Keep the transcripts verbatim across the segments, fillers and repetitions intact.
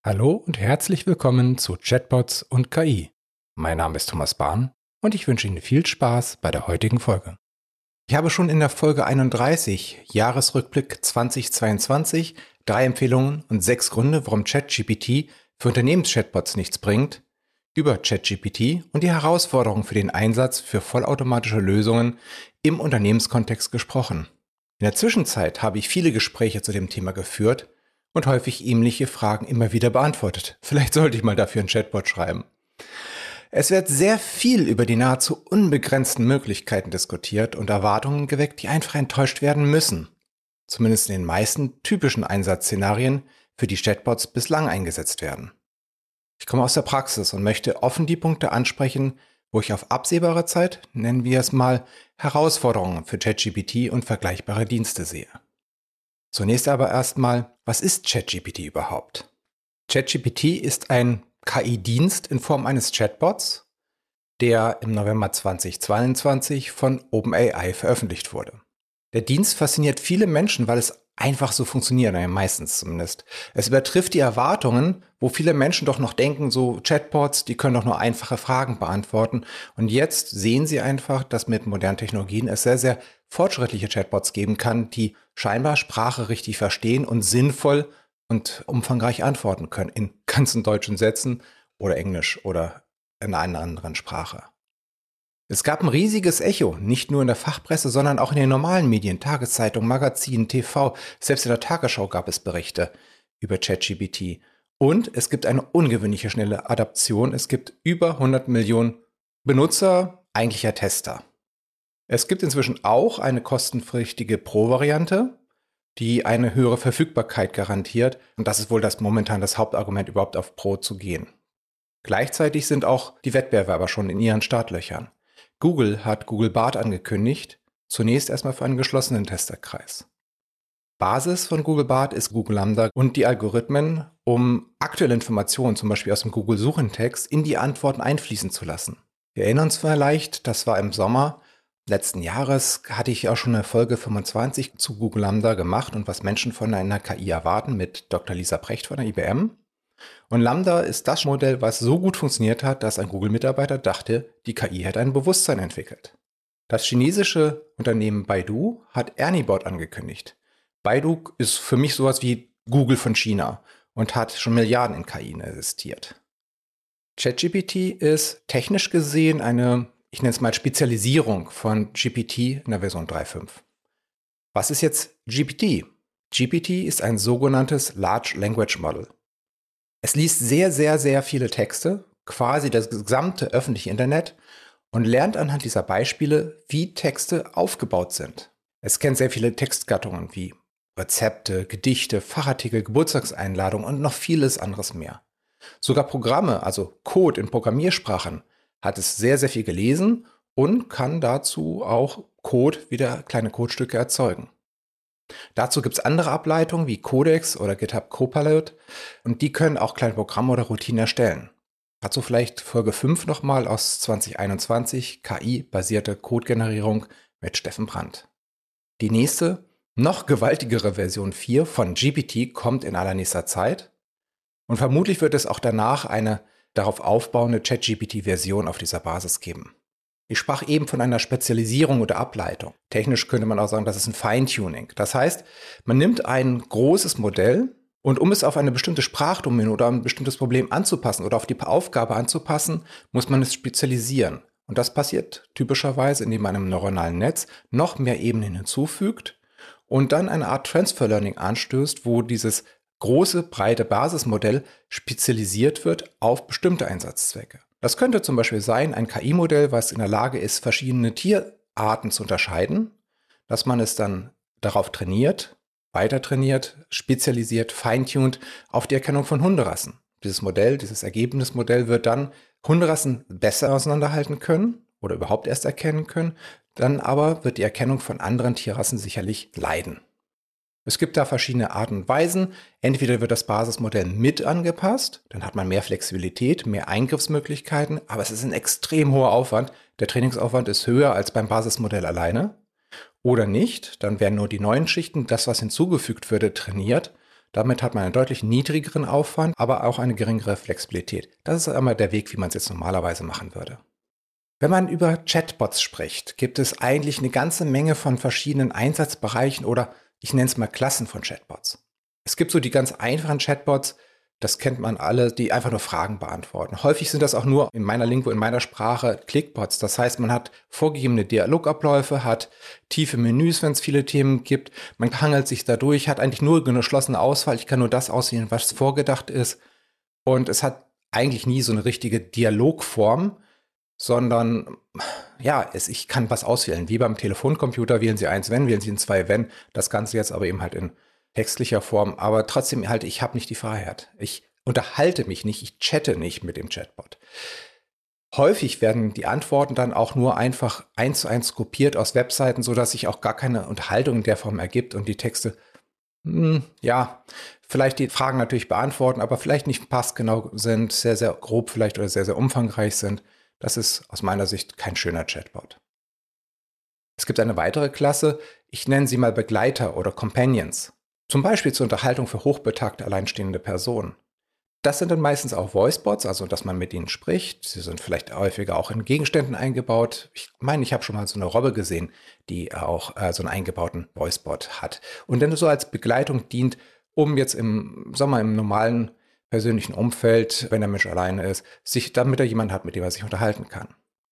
Hallo und herzlich willkommen zu Chatbots und K I. Mein Name ist Thomas Bahn und ich wünsche Ihnen viel Spaß bei der heutigen Folge. Ich habe schon in der Folge einunddreißig, Jahresrückblick zweitausendzweiundzwanzig, drei Empfehlungen und sechs Gründe, warum ChatGPT für Unternehmenschatbots nichts bringt, über ChatGPT und die Herausforderungen für den Einsatz für vollautomatische Lösungen im Unternehmenskontext gesprochen. In der Zwischenzeit habe ich viele Gespräche zu dem Thema geführt und häufig ähnliche Fragen immer wieder beantwortet. Vielleicht sollte ich mal dafür ein Chatbot schreiben. Es wird sehr viel über die nahezu unbegrenzten Möglichkeiten diskutiert und Erwartungen geweckt, die einfach enttäuscht werden müssen. Zumindest in den meisten typischen Einsatzszenarien, für die Chatbots bislang eingesetzt werden. Ich komme aus der Praxis und möchte offen die Punkte ansprechen, wo ich auf absehbare Zeit, nennen wir es mal, Herausforderungen für ChatGPT und vergleichbare Dienste sehe. Zunächst aber erstmal, was ist ChatGPT überhaupt? ChatGPT ist ein K I-Dienst in Form eines Chatbots, der im November zweitausendzweiundzwanzig von OpenAI veröffentlicht wurde. Der Dienst fasziniert viele Menschen, weil es einfach so funktioniert, meistens zumindest. Es übertrifft die Erwartungen, wo viele Menschen doch noch denken, so Chatbots, die können doch nur einfache Fragen beantworten. Und jetzt sehen sie einfach, dass mit modernen Technologien es sehr, sehr fortschrittliche Chatbots geben kann, die scheinbar Sprache richtig verstehen und sinnvoll und umfangreich antworten können in ganzen deutschen Sätzen oder Englisch oder in einer anderen Sprache. Es gab ein riesiges Echo, nicht nur in der Fachpresse, sondern auch in den normalen Medien, Tageszeitungen, Magazinen, T V, selbst in der Tagesschau gab es Berichte über ChatGPT. Und es gibt eine ungewöhnliche schnelle Adaption. Es gibt über hundert Millionen Benutzer, eigentlicher Tester. Es gibt inzwischen auch eine kostenpflichtige Pro-Variante, die eine höhere Verfügbarkeit garantiert. Und das ist wohl das momentan das Hauptargument, überhaupt auf Pro zu gehen. Gleichzeitig sind auch die Wettbewerber schon in ihren Startlöchern. Google hat Google Bard angekündigt, zunächst erstmal für einen geschlossenen Testerkreis. Basis von Google Bard ist Google Lambda und die Algorithmen, um aktuelle Informationen, zum Beispiel aus dem Google-Suchentext, in die Antworten einfließen zu lassen. Wir erinnern uns vielleicht, das war im Sommer letzten Jahres, hatte ich auch schon eine Folge fünfundzwanzig zu Google Lambda gemacht und was Menschen von einer K I erwarten mit Doktor Lisa Precht von der I B M. Und Lambda ist das Modell, was so gut funktioniert hat, dass ein Google-Mitarbeiter dachte, die K I hätte ein Bewusstsein entwickelt. Das chinesische Unternehmen Baidu hat ErnieBot angekündigt. Baidu ist für mich sowas wie Google von China und hat schon Milliarden in K I investiert. ChatGPT ist technisch gesehen eine, ich nenne es mal Spezialisierung von G P T in der Version drei Punkt fünf. Was ist jetzt G P T? G P T ist ein sogenanntes Large Language Model. Es liest sehr, sehr, sehr viele Texte, quasi das gesamte öffentliche Internet und lernt anhand dieser Beispiele, wie Texte aufgebaut sind. Es kennt sehr viele Textgattungen wie Rezepte, Gedichte, Fachartikel, Geburtstagseinladungen und noch vieles anderes mehr. Sogar Programme, also Code in Programmiersprachen, hat es sehr, sehr viel gelesen und kann dazu auch Code, wieder kleine Codestücke erzeugen. Dazu gibt es andere Ableitungen wie Codex oder GitHub Copilot und die können auch kleine Programme oder Routinen erstellen. Dazu vielleicht Folge fünf nochmal aus zweitausendeinundzwanzig, K I-basierte Codegenerierung mit Steffen Brandt. Die nächste, noch gewaltigere Version vier von G P T kommt in allernächster Zeit und vermutlich wird es auch danach eine darauf aufbauende ChatGPT-Version auf dieser Basis geben. Ich sprach eben von einer Spezialisierung oder Ableitung. Technisch könnte man auch sagen, das ist ein Feintuning. Das heißt, man nimmt ein großes Modell und um es auf eine bestimmte Sprachdomäne oder ein bestimmtes Problem anzupassen oder auf die Aufgabe anzupassen, muss man es spezialisieren. Und das passiert typischerweise, indem man einem neuronalen Netz noch mehr Ebenen hinzufügt und dann eine Art Transfer Learning anstößt, wo dieses große, breite Basismodell spezialisiert wird auf bestimmte Einsatzzwecke. Das könnte zum Beispiel sein, ein K I-Modell, was in der Lage ist, verschiedene Tierarten zu unterscheiden, dass man es dann darauf trainiert, weiter trainiert, spezialisiert, feintuned auf die Erkennung von Hunderassen. Dieses Modell, dieses Ergebnismodell wird dann Hunderassen besser auseinanderhalten können oder überhaupt erst erkennen können, dann aber wird die Erkennung von anderen Tierrassen sicherlich leiden. Es gibt da verschiedene Arten und Weisen. Entweder wird das Basismodell mit angepasst, dann hat man mehr Flexibilität, mehr Eingriffsmöglichkeiten, aber es ist ein extrem hoher Aufwand. Der Trainingsaufwand ist höher als beim Basismodell alleine. Oder nicht, dann werden nur die neuen Schichten, das was hinzugefügt würde, trainiert. Damit hat man einen deutlich niedrigeren Aufwand, aber auch eine geringere Flexibilität. Das ist einmal der Weg, wie man es jetzt normalerweise machen würde. Wenn man über Chatbots spricht, gibt es eigentlich eine ganze Menge von verschiedenen Einsatzbereichen oder ich nenne es mal Klassen von Chatbots. Es gibt so die ganz einfachen Chatbots, das kennt man alle, die einfach nur Fragen beantworten. Häufig sind das auch nur in meiner Lingo, in meiner Sprache Clickbots. Das heißt, man hat vorgegebene Dialogabläufe, hat tiefe Menüs, wenn es viele Themen gibt. Man hangelt sich da durch, hat eigentlich nur eine geschlossene Auswahl. Ich kann nur das auswählen, was vorgedacht ist. Und es hat eigentlich nie so eine richtige Dialogform, sondern ja, es, ich kann was auswählen. Wie beim Telefoncomputer wählen Sie eins, wenn, wählen Sie ein zwei, wenn. Das Ganze jetzt aber eben halt in textlicher Form, aber trotzdem halt, ich habe nicht die Freiheit. Ich unterhalte mich nicht, ich chatte nicht mit dem Chatbot. Häufig werden die Antworten dann auch nur einfach eins zu eins kopiert aus Webseiten, sodass sich auch gar keine Unterhaltung in der Form ergibt und die Texte, mh, ja, vielleicht die Fragen natürlich beantworten, aber vielleicht nicht passgenau sind, sehr, sehr grob vielleicht oder sehr, sehr umfangreich sind. Das ist aus meiner Sicht kein schöner Chatbot. Es gibt eine weitere Klasse, ich nenne sie mal Begleiter oder Companions. Zum Beispiel zur Unterhaltung für hochbetagte, alleinstehende Personen. Das sind dann meistens auch Voicebots, also dass man mit ihnen spricht. Sie sind vielleicht häufiger auch in Gegenständen eingebaut. Ich meine, ich habe schon mal so eine Robbe gesehen, die auch äh, so einen eingebauten Voicebot hat. Und dann so als Begleitung dient, um jetzt im Sommer im normalen persönlichen Umfeld, wenn der Mensch alleine ist, sich damit er jemanden hat, mit dem er sich unterhalten kann.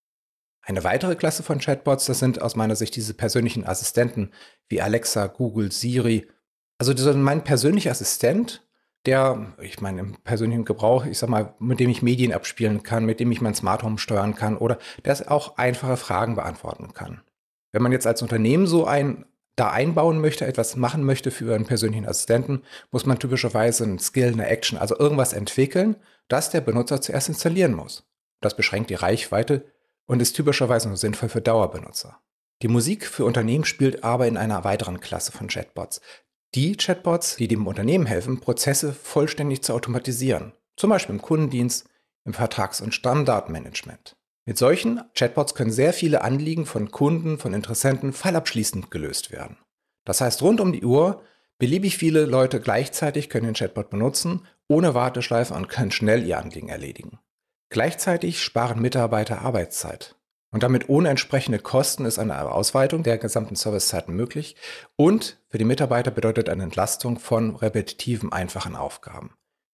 Eine weitere Klasse von Chatbots, das sind aus meiner Sicht diese persönlichen Assistenten wie Alexa, Google, Siri. Also das ist mein persönlicher Assistent, der, ich meine, im persönlichen Gebrauch, ich sag mal, mit dem ich Medien abspielen kann, mit dem ich mein Smart Home steuern kann oder der auch einfache Fragen beantworten kann. Wenn man jetzt als Unternehmen so ein da einbauen möchte, etwas machen möchte für einen persönlichen Assistenten, muss man typischerweise einen Skill, eine Action, also irgendwas entwickeln, das der Benutzer zuerst installieren muss. Das beschränkt die Reichweite und ist typischerweise nur sinnvoll für Dauerbenutzer. Die Musik für Unternehmen spielt aber in einer weiteren Klasse von Chatbots. Die Chatbots, die dem Unternehmen helfen, Prozesse vollständig zu automatisieren. Zum Beispiel im Kundendienst, im Vertrags- und Stammdatenmanagement. Mit solchen Chatbots können sehr viele Anliegen von Kunden, von Interessenten fallabschließend gelöst werden. Das heißt, rund um die Uhr, beliebig viele Leute gleichzeitig können den Chatbot benutzen, ohne Warteschleife und können schnell ihr Anliegen erledigen. Gleichzeitig sparen Mitarbeiter Arbeitszeit. Und damit ohne entsprechende Kosten ist eine Ausweitung der gesamten Servicezeiten möglich und für die Mitarbeiter bedeutet eine Entlastung von repetitiven, einfachen Aufgaben.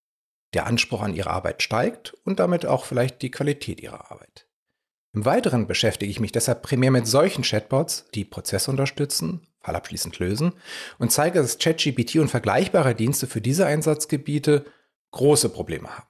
Der Anspruch an ihre Arbeit steigt und damit auch vielleicht die Qualität ihrer Arbeit. Im Weiteren beschäftige ich mich deshalb primär mit solchen Chatbots, die Prozesse unterstützen, fallabschließend lösen und zeige, dass ChatGPT und vergleichbare Dienste für diese Einsatzgebiete große Probleme haben.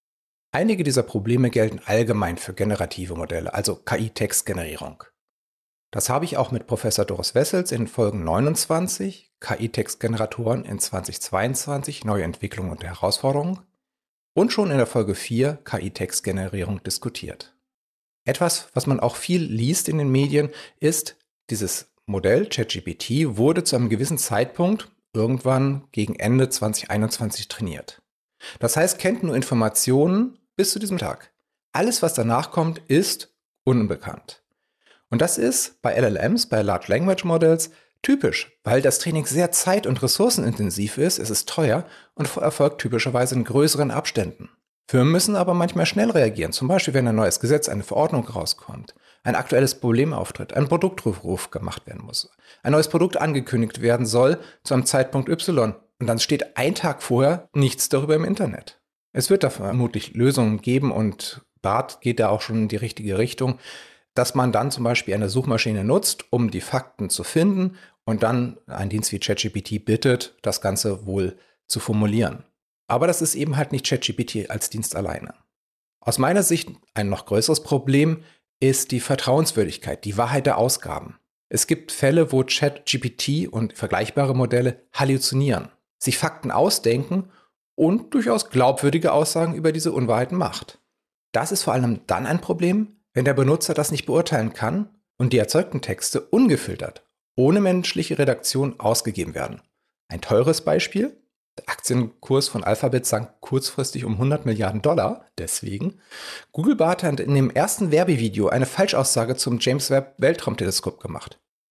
Einige dieser Probleme gelten allgemein für generative Modelle, also K I-Textgenerierung. Das habe ich auch mit Professor Doris Wessels in Folgen neunundzwanzig, K I-Textgeneratoren in zweitausendzweiundzwanzig, neue Entwicklungen und Herausforderungen, und schon in der Folge vier, K I-Textgenerierung, diskutiert. Etwas, was man auch viel liest in den Medien, ist, dieses Modell ChatGPT wurde zu einem gewissen Zeitpunkt, irgendwann gegen Ende zweitausendeinundzwanzig, trainiert. Das heißt, kennt nur Informationen bis zu diesem Tag. Alles, was danach kommt, ist unbekannt. Und das ist bei L L Ms, bei Large Language Models, typisch, weil das Training sehr zeit- und ressourcenintensiv ist, es ist teuer und erfolgt typischerweise in größeren Abständen. Firmen müssen aber manchmal schnell reagieren, zum Beispiel wenn ein neues Gesetz, eine Verordnung rauskommt, ein aktuelles Problem auftritt, ein Produktrückruf gemacht werden muss, ein neues Produkt angekündigt werden soll zu einem Zeitpunkt Y und dann steht ein Tag vorher nichts darüber im Internet. Es wird da vermutlich Lösungen geben und B A R T geht da auch schon in die richtige Richtung, dass man dann zum Beispiel eine Suchmaschine nutzt, um die Fakten zu finden und dann einen Dienst wie ChatGPT bittet, das Ganze wohl zu formulieren. Aber das ist eben halt nicht ChatGPT als Dienst alleine. Aus meiner Sicht ein noch größeres Problem ist die Vertrauenswürdigkeit, die Wahrheit der Ausgaben. Es gibt Fälle, wo ChatGPT und vergleichbare Modelle halluzinieren, sich Fakten ausdenken und durchaus glaubwürdige Aussagen über diese Unwahrheiten macht. Das ist vor allem dann ein Problem, wenn der Benutzer das nicht beurteilen kann und die erzeugten Texte ungefiltert, ohne menschliche Redaktion ausgegeben werden. Ein teures Beispiel: Der Aktienkurs von Alphabet sank kurzfristig um hundert Milliarden Dollar, deswegen. Google B A R T hat in dem ersten Werbevideo eine Falschaussage zum James Webb Weltraumteleskop gemacht.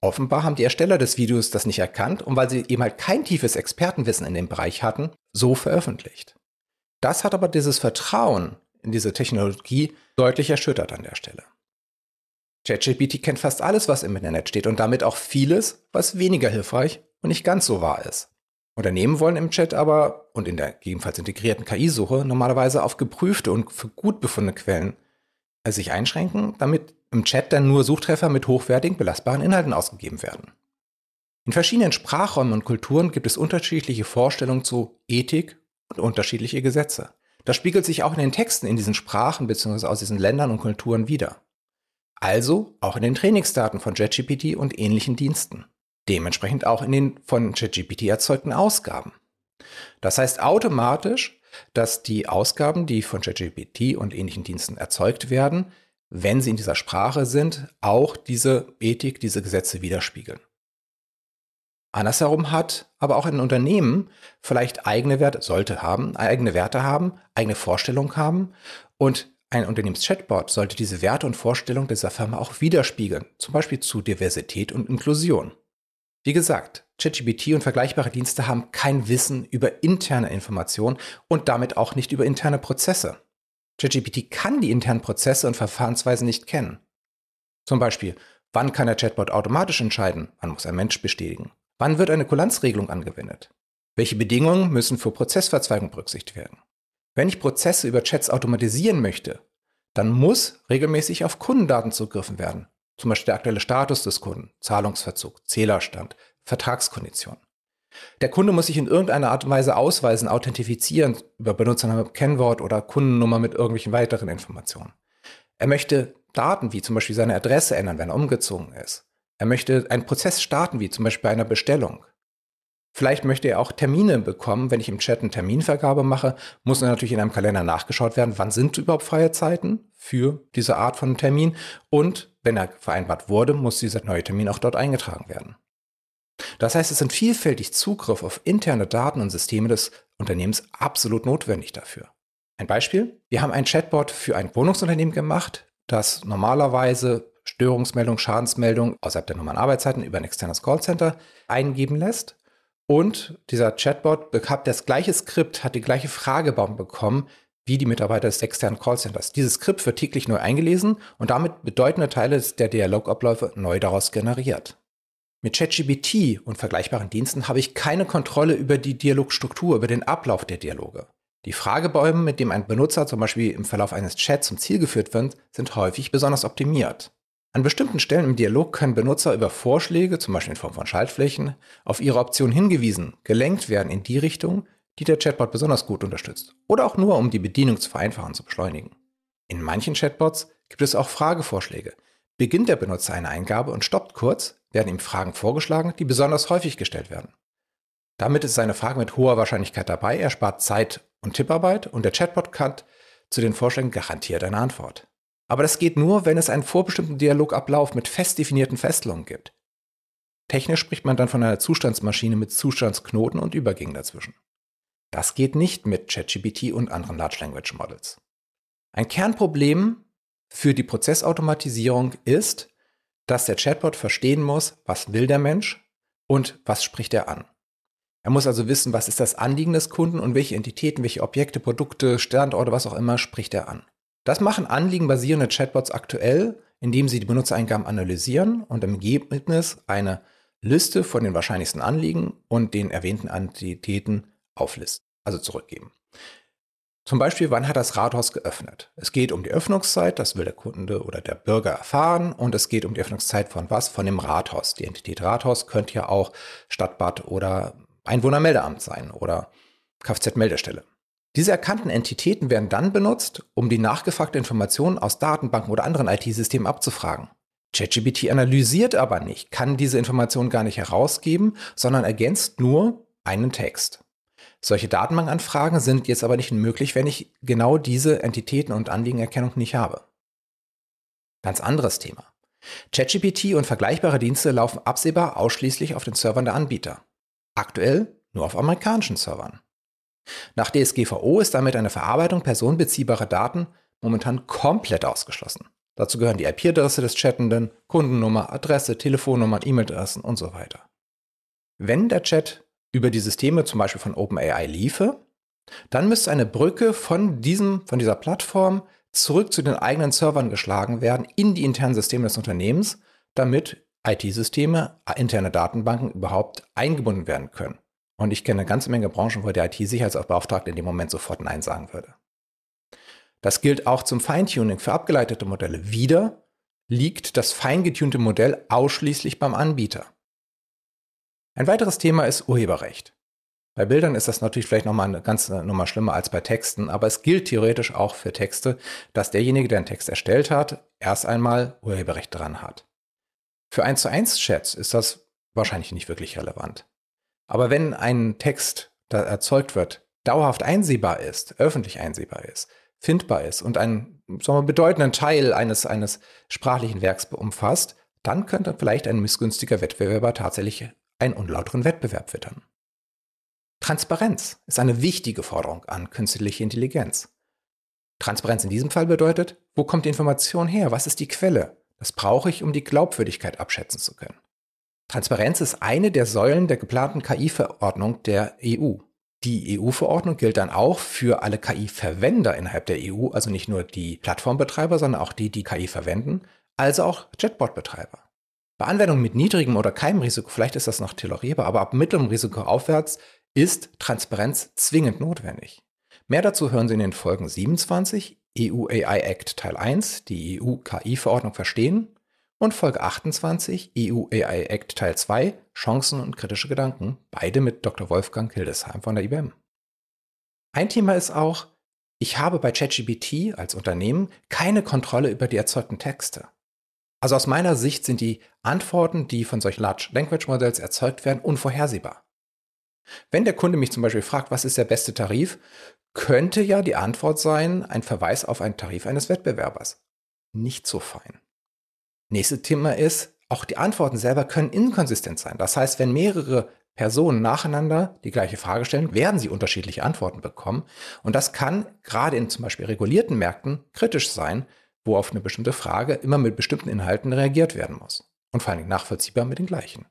Offenbar haben die Ersteller des Videos das nicht erkannt und weil sie eben halt kein tiefes Expertenwissen in dem Bereich hatten, so veröffentlicht. Das hat aber dieses Vertrauen in diese Technologie deutlich erschüttert an der Stelle. ChatGPT kennt fast alles, was im Internet steht und damit auch vieles, was weniger hilfreich und nicht ganz so wahr ist. Unternehmen wollen im Chat aber und in der gegebenenfalls integrierten K I-Suche normalerweise auf geprüfte und für gut befundene Quellen sich einschränken, damit im Chat dann nur Suchtreffer mit hochwertigen, belastbaren Inhalten ausgegeben werden. In verschiedenen Sprachräumen und Kulturen gibt es unterschiedliche Vorstellungen zu Ethik und unterschiedliche Gesetze. Das spiegelt sich auch in den Texten in diesen Sprachen bzw. aus diesen Ländern und Kulturen wider. Also auch in den Trainingsdaten von ChatGPT und ähnlichen Diensten. Dementsprechend auch in den von ChatGPT erzeugten Ausgaben. Das heißt automatisch, dass die Ausgaben, die von ChatGPT und ähnlichen Diensten erzeugt werden, wenn sie in dieser Sprache sind, auch diese Ethik, diese Gesetze widerspiegeln. Andersherum hat aber auch ein Unternehmen vielleicht eigene Werte, sollte haben, eigene Werte haben, eigene Vorstellungen haben und ein Unternehmenschatbot sollte diese Werte und Vorstellungen dieser Firma auch widerspiegeln, zum Beispiel zu Diversität und Inklusion. Wie gesagt, ChatGPT und vergleichbare Dienste haben kein Wissen über interne Informationen und damit auch nicht über interne Prozesse. ChatGPT kann die internen Prozesse und Verfahrensweisen nicht kennen. Zum Beispiel, wann kann der Chatbot automatisch entscheiden, wann muss ein Mensch bestätigen? Wann wird eine Kulanzregelung angewendet? Welche Bedingungen müssen für Prozessverzweigung berücksichtigt werden? Wenn ich Prozesse über Chats automatisieren möchte, dann muss regelmäßig auf Kundendaten zugegriffen werden. Zum Beispiel der aktuelle Status des Kunden, Zahlungsverzug, Zählerstand, Vertragskonditionen. Der Kunde muss sich in irgendeiner Art und Weise ausweisen, authentifizieren über Benutzername, Kennwort oder Kundennummer mit irgendwelchen weiteren Informationen. Er möchte Daten wie zum Beispiel seine Adresse ändern, wenn er umgezogen ist. Er möchte einen Prozess starten, wie zum Beispiel bei einer Bestellung. Vielleicht möchte er auch Termine bekommen. Wenn ich im Chat eine Terminvergabe mache, muss dann natürlich in einem Kalender nachgeschaut werden, wann sind überhaupt freie Zeiten für diese Art von Termin. Und wenn er vereinbart wurde, muss dieser neue Termin auch dort eingetragen werden. Das heißt, es sind vielfältig Zugriff auf interne Daten und Systeme des Unternehmens absolut notwendig dafür. Ein Beispiel: Wir haben ein Chatbot für ein Wohnungsunternehmen gemacht, das normalerweise Störungsmeldung, Schadensmeldung außerhalb der normalen Arbeitszeiten über ein externes Callcenter eingeben lässt. Und dieser Chatbot hat das gleiche Skript, hat die gleiche Fragebaum bekommen wie die Mitarbeiter des externen Callcenters. Dieses Skript wird täglich neu eingelesen und damit bedeutende Teile der Dialogabläufe neu daraus generiert. Mit ChatGPT und vergleichbaren Diensten habe ich keine Kontrolle über die Dialogstruktur, über den Ablauf der Dialoge. Die Fragebäume, mit denen ein Benutzer zum Beispiel im Verlauf eines Chats zum Ziel geführt wird, sind häufig besonders optimiert. An bestimmten Stellen im Dialog können Benutzer über Vorschläge, zum Beispiel in Form von Schaltflächen, auf ihre Option hingewiesen, gelenkt werden in die Richtung, die der Chatbot besonders gut unterstützt. Oder auch nur, um die Bedienung zu vereinfachen und zu beschleunigen. In manchen Chatbots gibt es auch Fragevorschläge. Beginnt der Benutzer eine Eingabe und stoppt kurz, werden ihm Fragen vorgeschlagen, die besonders häufig gestellt werden. Damit ist seine Frage mit hoher Wahrscheinlichkeit dabei, er spart Zeit und Tipparbeit und der Chatbot hat zu den Vorschlägen garantiert eine Antwort. Aber das geht nur, wenn es einen vorbestimmten Dialogablauf mit fest definierten Fesselungen gibt. Technisch spricht man dann von einer Zustandsmaschine mit Zustandsknoten und Übergängen dazwischen. Das geht nicht mit ChatGPT und anderen Large Language Models. Ein Kernproblem für die Prozessautomatisierung ist, dass der Chatbot verstehen muss, was will der Mensch und was spricht er an. Er muss also wissen, was ist das Anliegen des Kunden und welche Entitäten, welche Objekte, Produkte, Standorte, was auch immer spricht er an. Das machen anliegenbasierende Chatbots aktuell, indem sie die Benutzereingaben analysieren und im Ergebnis eine Liste von den wahrscheinlichsten Anliegen und den erwähnten Entitäten auflisten, also zurückgeben. Zum Beispiel, wann hat das Rathaus geöffnet? Es geht um die Öffnungszeit, das will der Kunde oder der Bürger erfahren, und es geht um die Öffnungszeit von was? Von dem Rathaus. Die Entität Rathaus könnte ja auch Stadtbad oder Einwohnermeldeamt sein oder Kfz-Meldestelle. Diese erkannten Entitäten werden dann benutzt, um die nachgefragte Informationen aus Datenbanken oder anderen I T-Systemen abzufragen. ChatGPT analysiert aber nicht, kann diese Informationen gar nicht herausgeben, sondern ergänzt nur einen Text. Solche Datenbankanfragen sind jetzt aber nicht möglich, wenn ich genau diese Entitäten und Anliegenerkennung nicht habe. Ganz anderes Thema. ChatGPT und vergleichbare Dienste laufen absehbar ausschließlich auf den Servern der Anbieter. Aktuell nur auf amerikanischen Servern. Nach D S G V O ist damit eine Verarbeitung personenbeziehbarer Daten momentan komplett ausgeschlossen. Dazu gehören die I P-Adresse des Chattenden, Kundennummer, Adresse, Telefonnummern, E-Mail-Adressen und so weiter. Wenn der Chat über die Systeme zum Beispiel von OpenAI liefe, dann müsste eine Brücke von, diesem, von dieser Plattform zurück zu den eigenen Servern geschlagen werden in die internen Systeme des Unternehmens, damit I T-Systeme, interne Datenbanken überhaupt eingebunden werden können. Und ich kenne eine ganze Menge Branchen, wo der I T-Sicherheitsbeauftragte in dem Moment sofort Nein sagen würde. Das gilt auch zum Feintuning für abgeleitete Modelle. Wieder liegt das feingetunte Modell ausschließlich beim Anbieter. Ein weiteres Thema ist Urheberrecht. Bei Bildern ist das natürlich vielleicht nochmal eine ganze Nummer schlimmer als bei Texten, aber es gilt theoretisch auch für Texte, dass derjenige, der einen Text erstellt hat, erst einmal Urheberrecht dran hat. Für eins zu eins Chats ist das wahrscheinlich nicht wirklich relevant. Aber wenn ein Text, der erzeugt wird, dauerhaft einsehbar ist, öffentlich einsehbar ist, findbar ist und einen, sagen wir, bedeutenden Teil eines, eines sprachlichen Werks umfasst, dann könnte vielleicht ein missgünstiger Wettbewerber tatsächlich einen unlauteren Wettbewerb wittern. Transparenz ist eine wichtige Forderung an künstliche Intelligenz. Transparenz in diesem Fall bedeutet, wo kommt die Information her? Was ist die Quelle? Das brauche ich, um die Glaubwürdigkeit abschätzen zu können. Transparenz ist eine der Säulen der geplanten K I-Verordnung der E U. Die E U-Verordnung gilt dann auch für alle K I-Verwender innerhalb der E U, also nicht nur die Plattformbetreiber, sondern auch die, die K I verwenden, also auch Chatbot-Betreiber. Bei Anwendungen mit niedrigem oder keinem Risiko, vielleicht ist das noch tolerierbar, aber ab mittlerem Risiko aufwärts ist Transparenz zwingend notwendig. Mehr dazu hören Sie in den Folgen siebenundzwanzig, E U A I Act Teil eins, die E U-K I-Verordnung verstehen, und Folge achtundzwanzig, E U A I Act Teil zwei, Chancen und kritische Gedanken, beide mit Doktor Wolfgang Hildesheim von der I B M. Ein Thema ist auch, ich habe bei ChatGPT als Unternehmen keine Kontrolle über die erzeugten Texte. Also aus meiner Sicht sind die Antworten, die von solchen Large Language Models erzeugt werden, unvorhersehbar. Wenn der Kunde mich zum Beispiel fragt, was ist der beste Tarif, könnte ja die Antwort sein, ein Verweis auf einen Tarif eines Wettbewerbers. Nicht so fein. Nächstes Thema ist, auch die Antworten selber können inkonsistent sein. Das heißt, wenn mehrere Personen nacheinander die gleiche Frage stellen, werden sie unterschiedliche Antworten bekommen. Und das kann gerade in zum Beispiel regulierten Märkten kritisch sein, wo auf eine bestimmte Frage immer mit bestimmten Inhalten reagiert werden muss. Und vor allen Dingen nachvollziehbar mit den gleichen.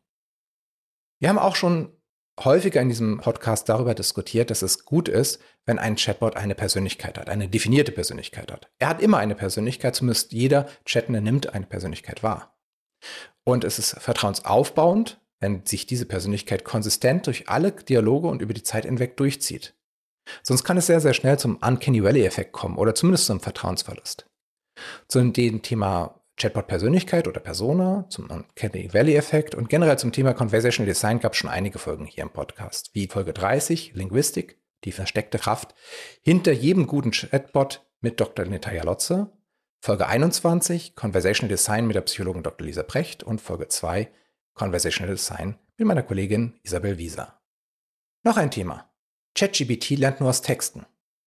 Wir haben auch schon häufiger in diesem Podcast darüber diskutiert, dass es gut ist, wenn ein Chatbot eine Persönlichkeit hat, eine definierte Persönlichkeit hat. Er hat immer eine Persönlichkeit, zumindest jeder Chattende nimmt eine Persönlichkeit wahr. Und es ist vertrauensaufbauend, wenn sich diese Persönlichkeit konsistent durch alle Dialoge und über die Zeit hinweg durchzieht. Sonst kann es sehr, sehr schnell zum Uncanny Valley-Effekt kommen oder zumindest zum Vertrauensverlust. Zu dem Thema Chatbot-Persönlichkeit oder Persona, zum Uncanny Valley-Effekt und generell zum Thema Conversational Design gab es schon einige Folgen hier im Podcast, wie Folge dreißig, Linguistik, die versteckte Kraft hinter jedem guten Chatbot mit Doktor Natalia Lotze, Folge einundzwanzig, Conversational Design mit der Psychologin Doktor Lisa Precht und Folge zwei, Conversational Design mit meiner Kollegin Isabel Wieser. Noch ein Thema. ChatGPT lernt nur aus Texten.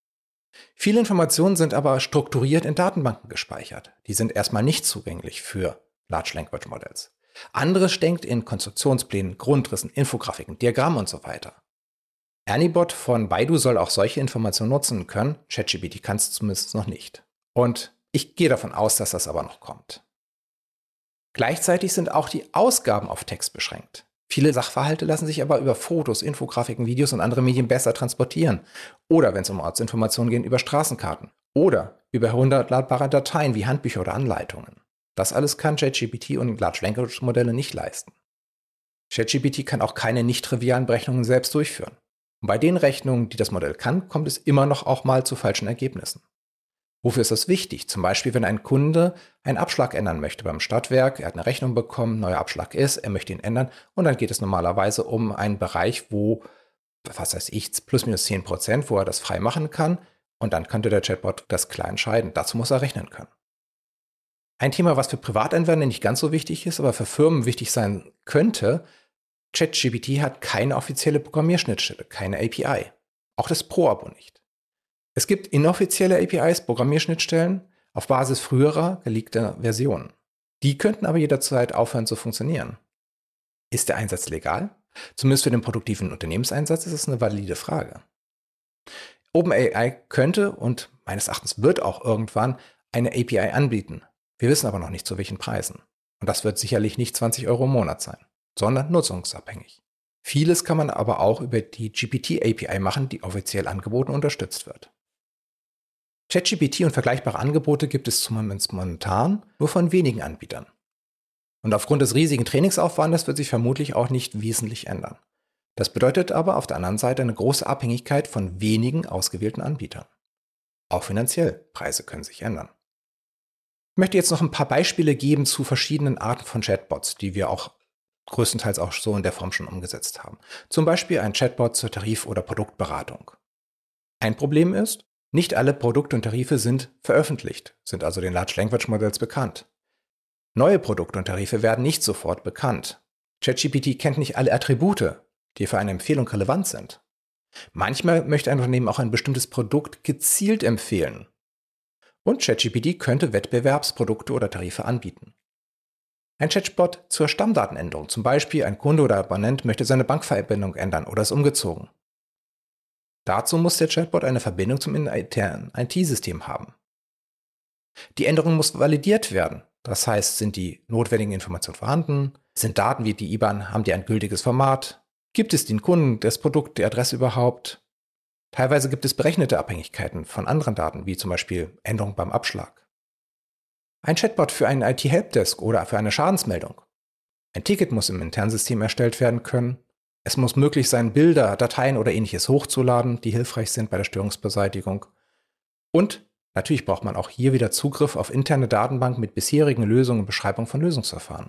Viele Informationen sind aber strukturiert in Datenbanken gespeichert. Die sind erstmal nicht zugänglich für Large Language Models. Anderes steckt in Konstruktionsplänen, Grundrissen, Infografiken, Diagrammen und so weiter. Anibot von Baidu soll auch solche Informationen nutzen können. ChatGPT kann es zumindest noch nicht. Und ich gehe davon aus, dass das aber noch kommt. Gleichzeitig sind auch die Ausgaben auf Text beschränkt. Viele Sachverhalte lassen sich aber über Fotos, Infografiken, Videos und andere Medien besser transportieren. Oder wenn es um Ortsinformationen geht, über Straßenkarten. Oder über herunterladbare Dateien wie Handbücher oder Anleitungen. Das alles kann ChatGPT und Large Language Modelle nicht leisten. ChatGPT kann auch keine nicht trivialen Berechnungen selbst durchführen. Und bei den Rechnungen, die das Modell kann, kommt es immer noch auch mal zu falschen Ergebnissen. Wofür ist das wichtig? Zum Beispiel, wenn ein Kunde einen Abschlag ändern möchte beim Stadtwerk, er hat eine Rechnung bekommen, neuer Abschlag ist, er möchte ihn ändern und dann geht es normalerweise um einen Bereich, wo, was weiß ich, plus minus zehn Prozent, wo er das frei machen kann und dann könnte der Chatbot das klar entscheiden. Dazu muss er rechnen können. Ein Thema, was für Privatanwender nicht ganz so wichtig ist, aber für Firmen wichtig sein könnte, ChatGPT hat keine offizielle Programmierschnittstelle, keine A P I. Auch das Pro-Abo nicht. Es gibt inoffizielle A P Is, Programmierschnittstellen, auf Basis früherer geleakter Versionen. Die könnten aber jederzeit aufhören zu funktionieren. Ist der Einsatz legal? Zumindest für den produktiven Unternehmenseinsatz ist es eine valide Frage. OpenAI könnte und meines Erachtens wird auch irgendwann eine A P I anbieten. Wir wissen aber noch nicht, zu welchen Preisen. Und das wird sicherlich nicht zwanzig Euro im Monat sein, sondern nutzungsabhängig. Vieles kann man aber auch über die G P T A P I machen, die offiziell angeboten und unterstützt wird. ChatGPT und vergleichbare Angebote gibt es zumindest momentan nur von wenigen Anbietern. Und aufgrund des riesigen Trainingsaufwandes wird sich vermutlich auch nicht wesentlich ändern. Das bedeutet aber auf der anderen Seite eine große Abhängigkeit von wenigen ausgewählten Anbietern. Auch finanziell, Preise können sich ändern. Ich möchte jetzt noch ein paar Beispiele geben zu verschiedenen Arten von Chatbots, die wir auch größtenteils auch so in der Form schon umgesetzt haben. Zum Beispiel ein Chatbot zur Tarif- oder Produktberatung. Ein Problem ist, nicht alle Produkte und Tarife sind veröffentlicht, sind also den Large Language Models bekannt. Neue Produkte und Tarife werden nicht sofort bekannt. ChatGPT kennt nicht alle Attribute, die für eine Empfehlung relevant sind. Manchmal möchte ein Unternehmen auch ein bestimmtes Produkt gezielt empfehlen. Und ChatGPT könnte Wettbewerbsprodukte oder Tarife anbieten. Ein Chatbot zur Stammdatenänderung, zum Beispiel ein Kunde oder Abonnent möchte seine Bankverbindung ändern oder ist umgezogen. Dazu muss der Chatbot eine Verbindung zum internen I T-System haben. Die Änderung muss validiert werden. Das heißt, sind die notwendigen Informationen vorhanden? Sind Daten wie die I B A N, haben die ein gültiges Format? Gibt es den Kunden, das Produkt, die Adresse überhaupt? Teilweise gibt es berechnete Abhängigkeiten von anderen Daten, wie zum Beispiel Änderungen beim Abschlag. Ein Chatbot für einen I T-Helpdesk oder für eine Schadensmeldung. Ein Ticket muss im internen System erstellt werden können. Es muss möglich sein, Bilder, Dateien oder ähnliches hochzuladen, die hilfreich sind bei der Störungsbeseitigung. Und natürlich braucht man auch hier wieder Zugriff auf interne Datenbanken mit bisherigen Lösungen und Beschreibung von Lösungsverfahren.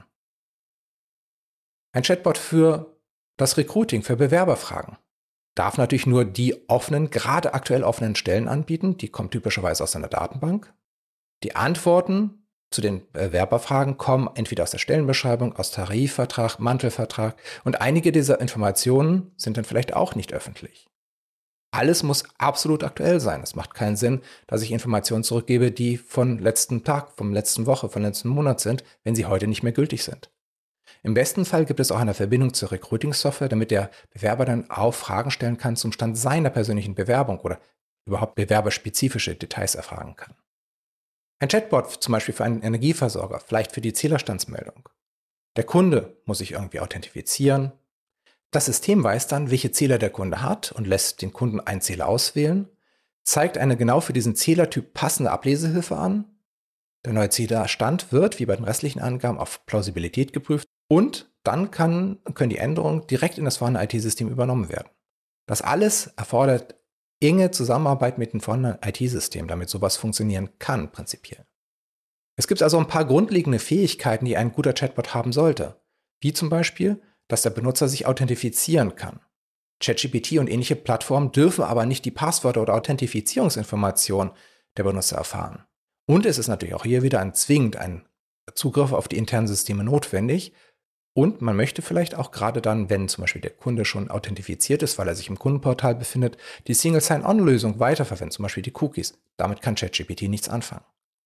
Ein Chatbot für das Recruiting, für Bewerberfragen. Darf natürlich nur die offenen, gerade aktuell offenen Stellen anbieten. Die kommen typischerweise aus einer Datenbank. Die Antworten zu den Bewerberfragen kommen entweder aus der Stellenbeschreibung, aus Tarifvertrag, Mantelvertrag und einige dieser Informationen sind dann vielleicht auch nicht öffentlich. Alles muss absolut aktuell sein. Es macht keinen Sinn, dass ich Informationen zurückgebe, die von letzten Tag, von letzten Woche, von letzten Monat sind, wenn sie heute nicht mehr gültig sind. Im besten Fall gibt es auch eine Verbindung zur Recruiting-Software, damit der Bewerber dann auch Fragen stellen kann zum Stand seiner persönlichen Bewerbung oder überhaupt bewerberspezifische Details erfragen kann. Ein Chatbot zum Beispiel für einen Energieversorger, vielleicht für die Zählerstandsmeldung. Der Kunde muss sich irgendwie authentifizieren. Das System weiß dann, welche Zähler der Kunde hat und lässt den Kunden einen Zähler auswählen, zeigt eine genau für diesen Zählertyp passende Ablesehilfe an. Der neue Zählerstand wird, wie bei den restlichen Angaben, auf Plausibilität geprüft und dann kann, können die Änderungen direkt in das vorhandene I T-System übernommen werden. Das alles erfordert enge Zusammenarbeit mit dem vorhandenen I T-System, damit sowas funktionieren kann, prinzipiell. Es gibt also ein paar grundlegende Fähigkeiten, die ein guter Chatbot haben sollte, wie zum Beispiel, dass der Benutzer sich authentifizieren kann. ChatGPT und ähnliche Plattformen dürfen aber nicht die Passwörter oder Authentifizierungsinformationen der Benutzer erfahren. Und es ist natürlich auch hier wieder ein zwingend ein Zugriff auf die internen Systeme notwendig. Und man möchte vielleicht auch gerade dann, wenn zum Beispiel der Kunde schon authentifiziert ist, weil er sich im Kundenportal befindet, die Single Sign-On-Lösung weiterverwenden, zum Beispiel die Cookies. Damit kann ChatGPT nichts anfangen.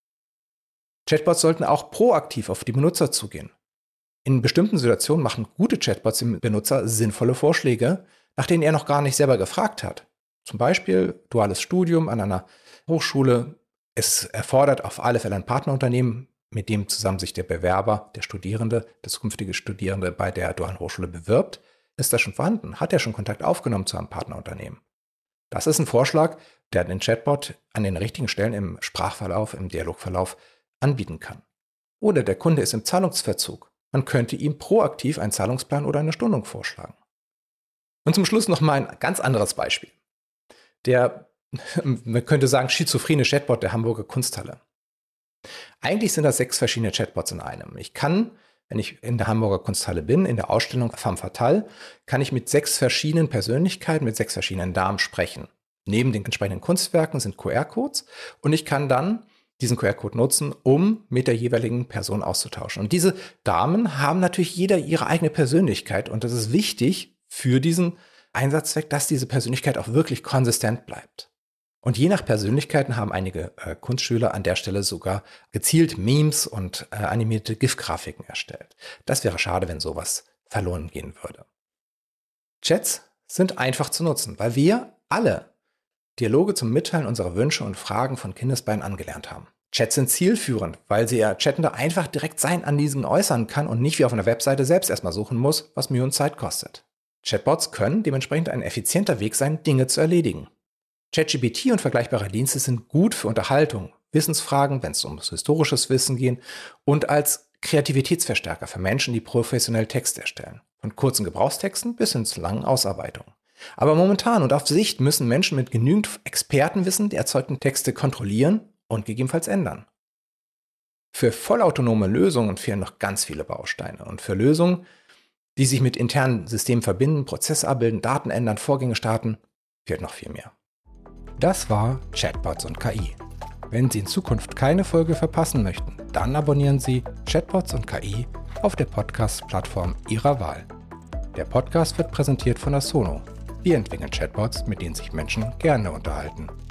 Chatbots sollten auch proaktiv auf die Benutzer zugehen. In bestimmten Situationen machen gute Chatbots dem Benutzer sinnvolle Vorschläge, nach denen er noch gar nicht selber gefragt hat. Zum Beispiel duales Studium an einer Hochschule. Es erfordert auf alle Fälle ein Partnerunternehmen, mit dem zusammen sich der Bewerber, der Studierende, der zukünftige Studierende bei der dualen Hochschule bewirbt. Ist das schon vorhanden? Hat er schon Kontakt aufgenommen zu einem Partnerunternehmen? Das ist ein Vorschlag, der den Chatbot an den richtigen Stellen im Sprachverlauf, im Dialogverlauf anbieten kann. Oder der Kunde ist im Zahlungsverzug. Man könnte ihm proaktiv einen Zahlungsplan oder eine Stundung vorschlagen. Und zum Schluss noch mal ein ganz anderes Beispiel. Der, man könnte sagen, schizophrene Chatbot der Hamburger Kunsthalle. Eigentlich sind das sechs verschiedene Chatbots in einem. Ich kann, wenn ich in der Hamburger Kunsthalle bin, in der Ausstellung Femme Fatale, kann ich mit sechs verschiedenen Persönlichkeiten, mit sechs verschiedenen Damen sprechen. Neben den entsprechenden Kunstwerken sind Q R-Codes und ich kann dann diesen Q R-Code nutzen, um mit der jeweiligen Person auszutauschen. Und diese Damen haben natürlich jeder ihre eigene Persönlichkeit und das ist wichtig für diesen Einsatzzweck, dass diese Persönlichkeit auch wirklich konsistent bleibt. Und je nach Persönlichkeiten haben einige äh, Kunstschüler an der Stelle sogar gezielt Memes und äh, animierte GIF-Grafiken erstellt. Das wäre schade, wenn sowas verloren gehen würde. Chats sind einfach zu nutzen, weil wir alle Dialoge zum Mitteilen unserer Wünsche und Fragen von Kindesbeinen angelernt haben. Chats sind zielführend, weil sie ja Chattende einfach direkt sein Anliegen äußern kann und nicht wie auf einer Webseite selbst erstmal suchen muss, was Mühe und Zeit kostet. Chatbots können dementsprechend ein effizienter Weg sein, Dinge zu erledigen. ChatGPT und vergleichbare Dienste sind gut für Unterhaltung, Wissensfragen, wenn es um historisches Wissen geht, und als Kreativitätsverstärker für Menschen, die professionell Texte erstellen. Von kurzen Gebrauchstexten bis hin zu langen Ausarbeitungen. Aber momentan und auf Sicht müssen Menschen mit genügend Expertenwissen die erzeugten Texte kontrollieren und gegebenenfalls ändern. Für vollautonome Lösungen fehlen noch ganz viele Bausteine. Und für Lösungen, die sich mit internen Systemen verbinden, Prozesse abbilden, Daten ändern, Vorgänge starten, fehlt noch viel mehr. Das war Chatbots und K I. Wenn Sie in Zukunft keine Folge verpassen möchten, dann abonnieren Sie Chatbots und K I auf der Podcast-Plattform Ihrer Wahl. Der Podcast wird präsentiert von Asono. Wir entwickeln Chatbots, mit denen sich Menschen gerne unterhalten.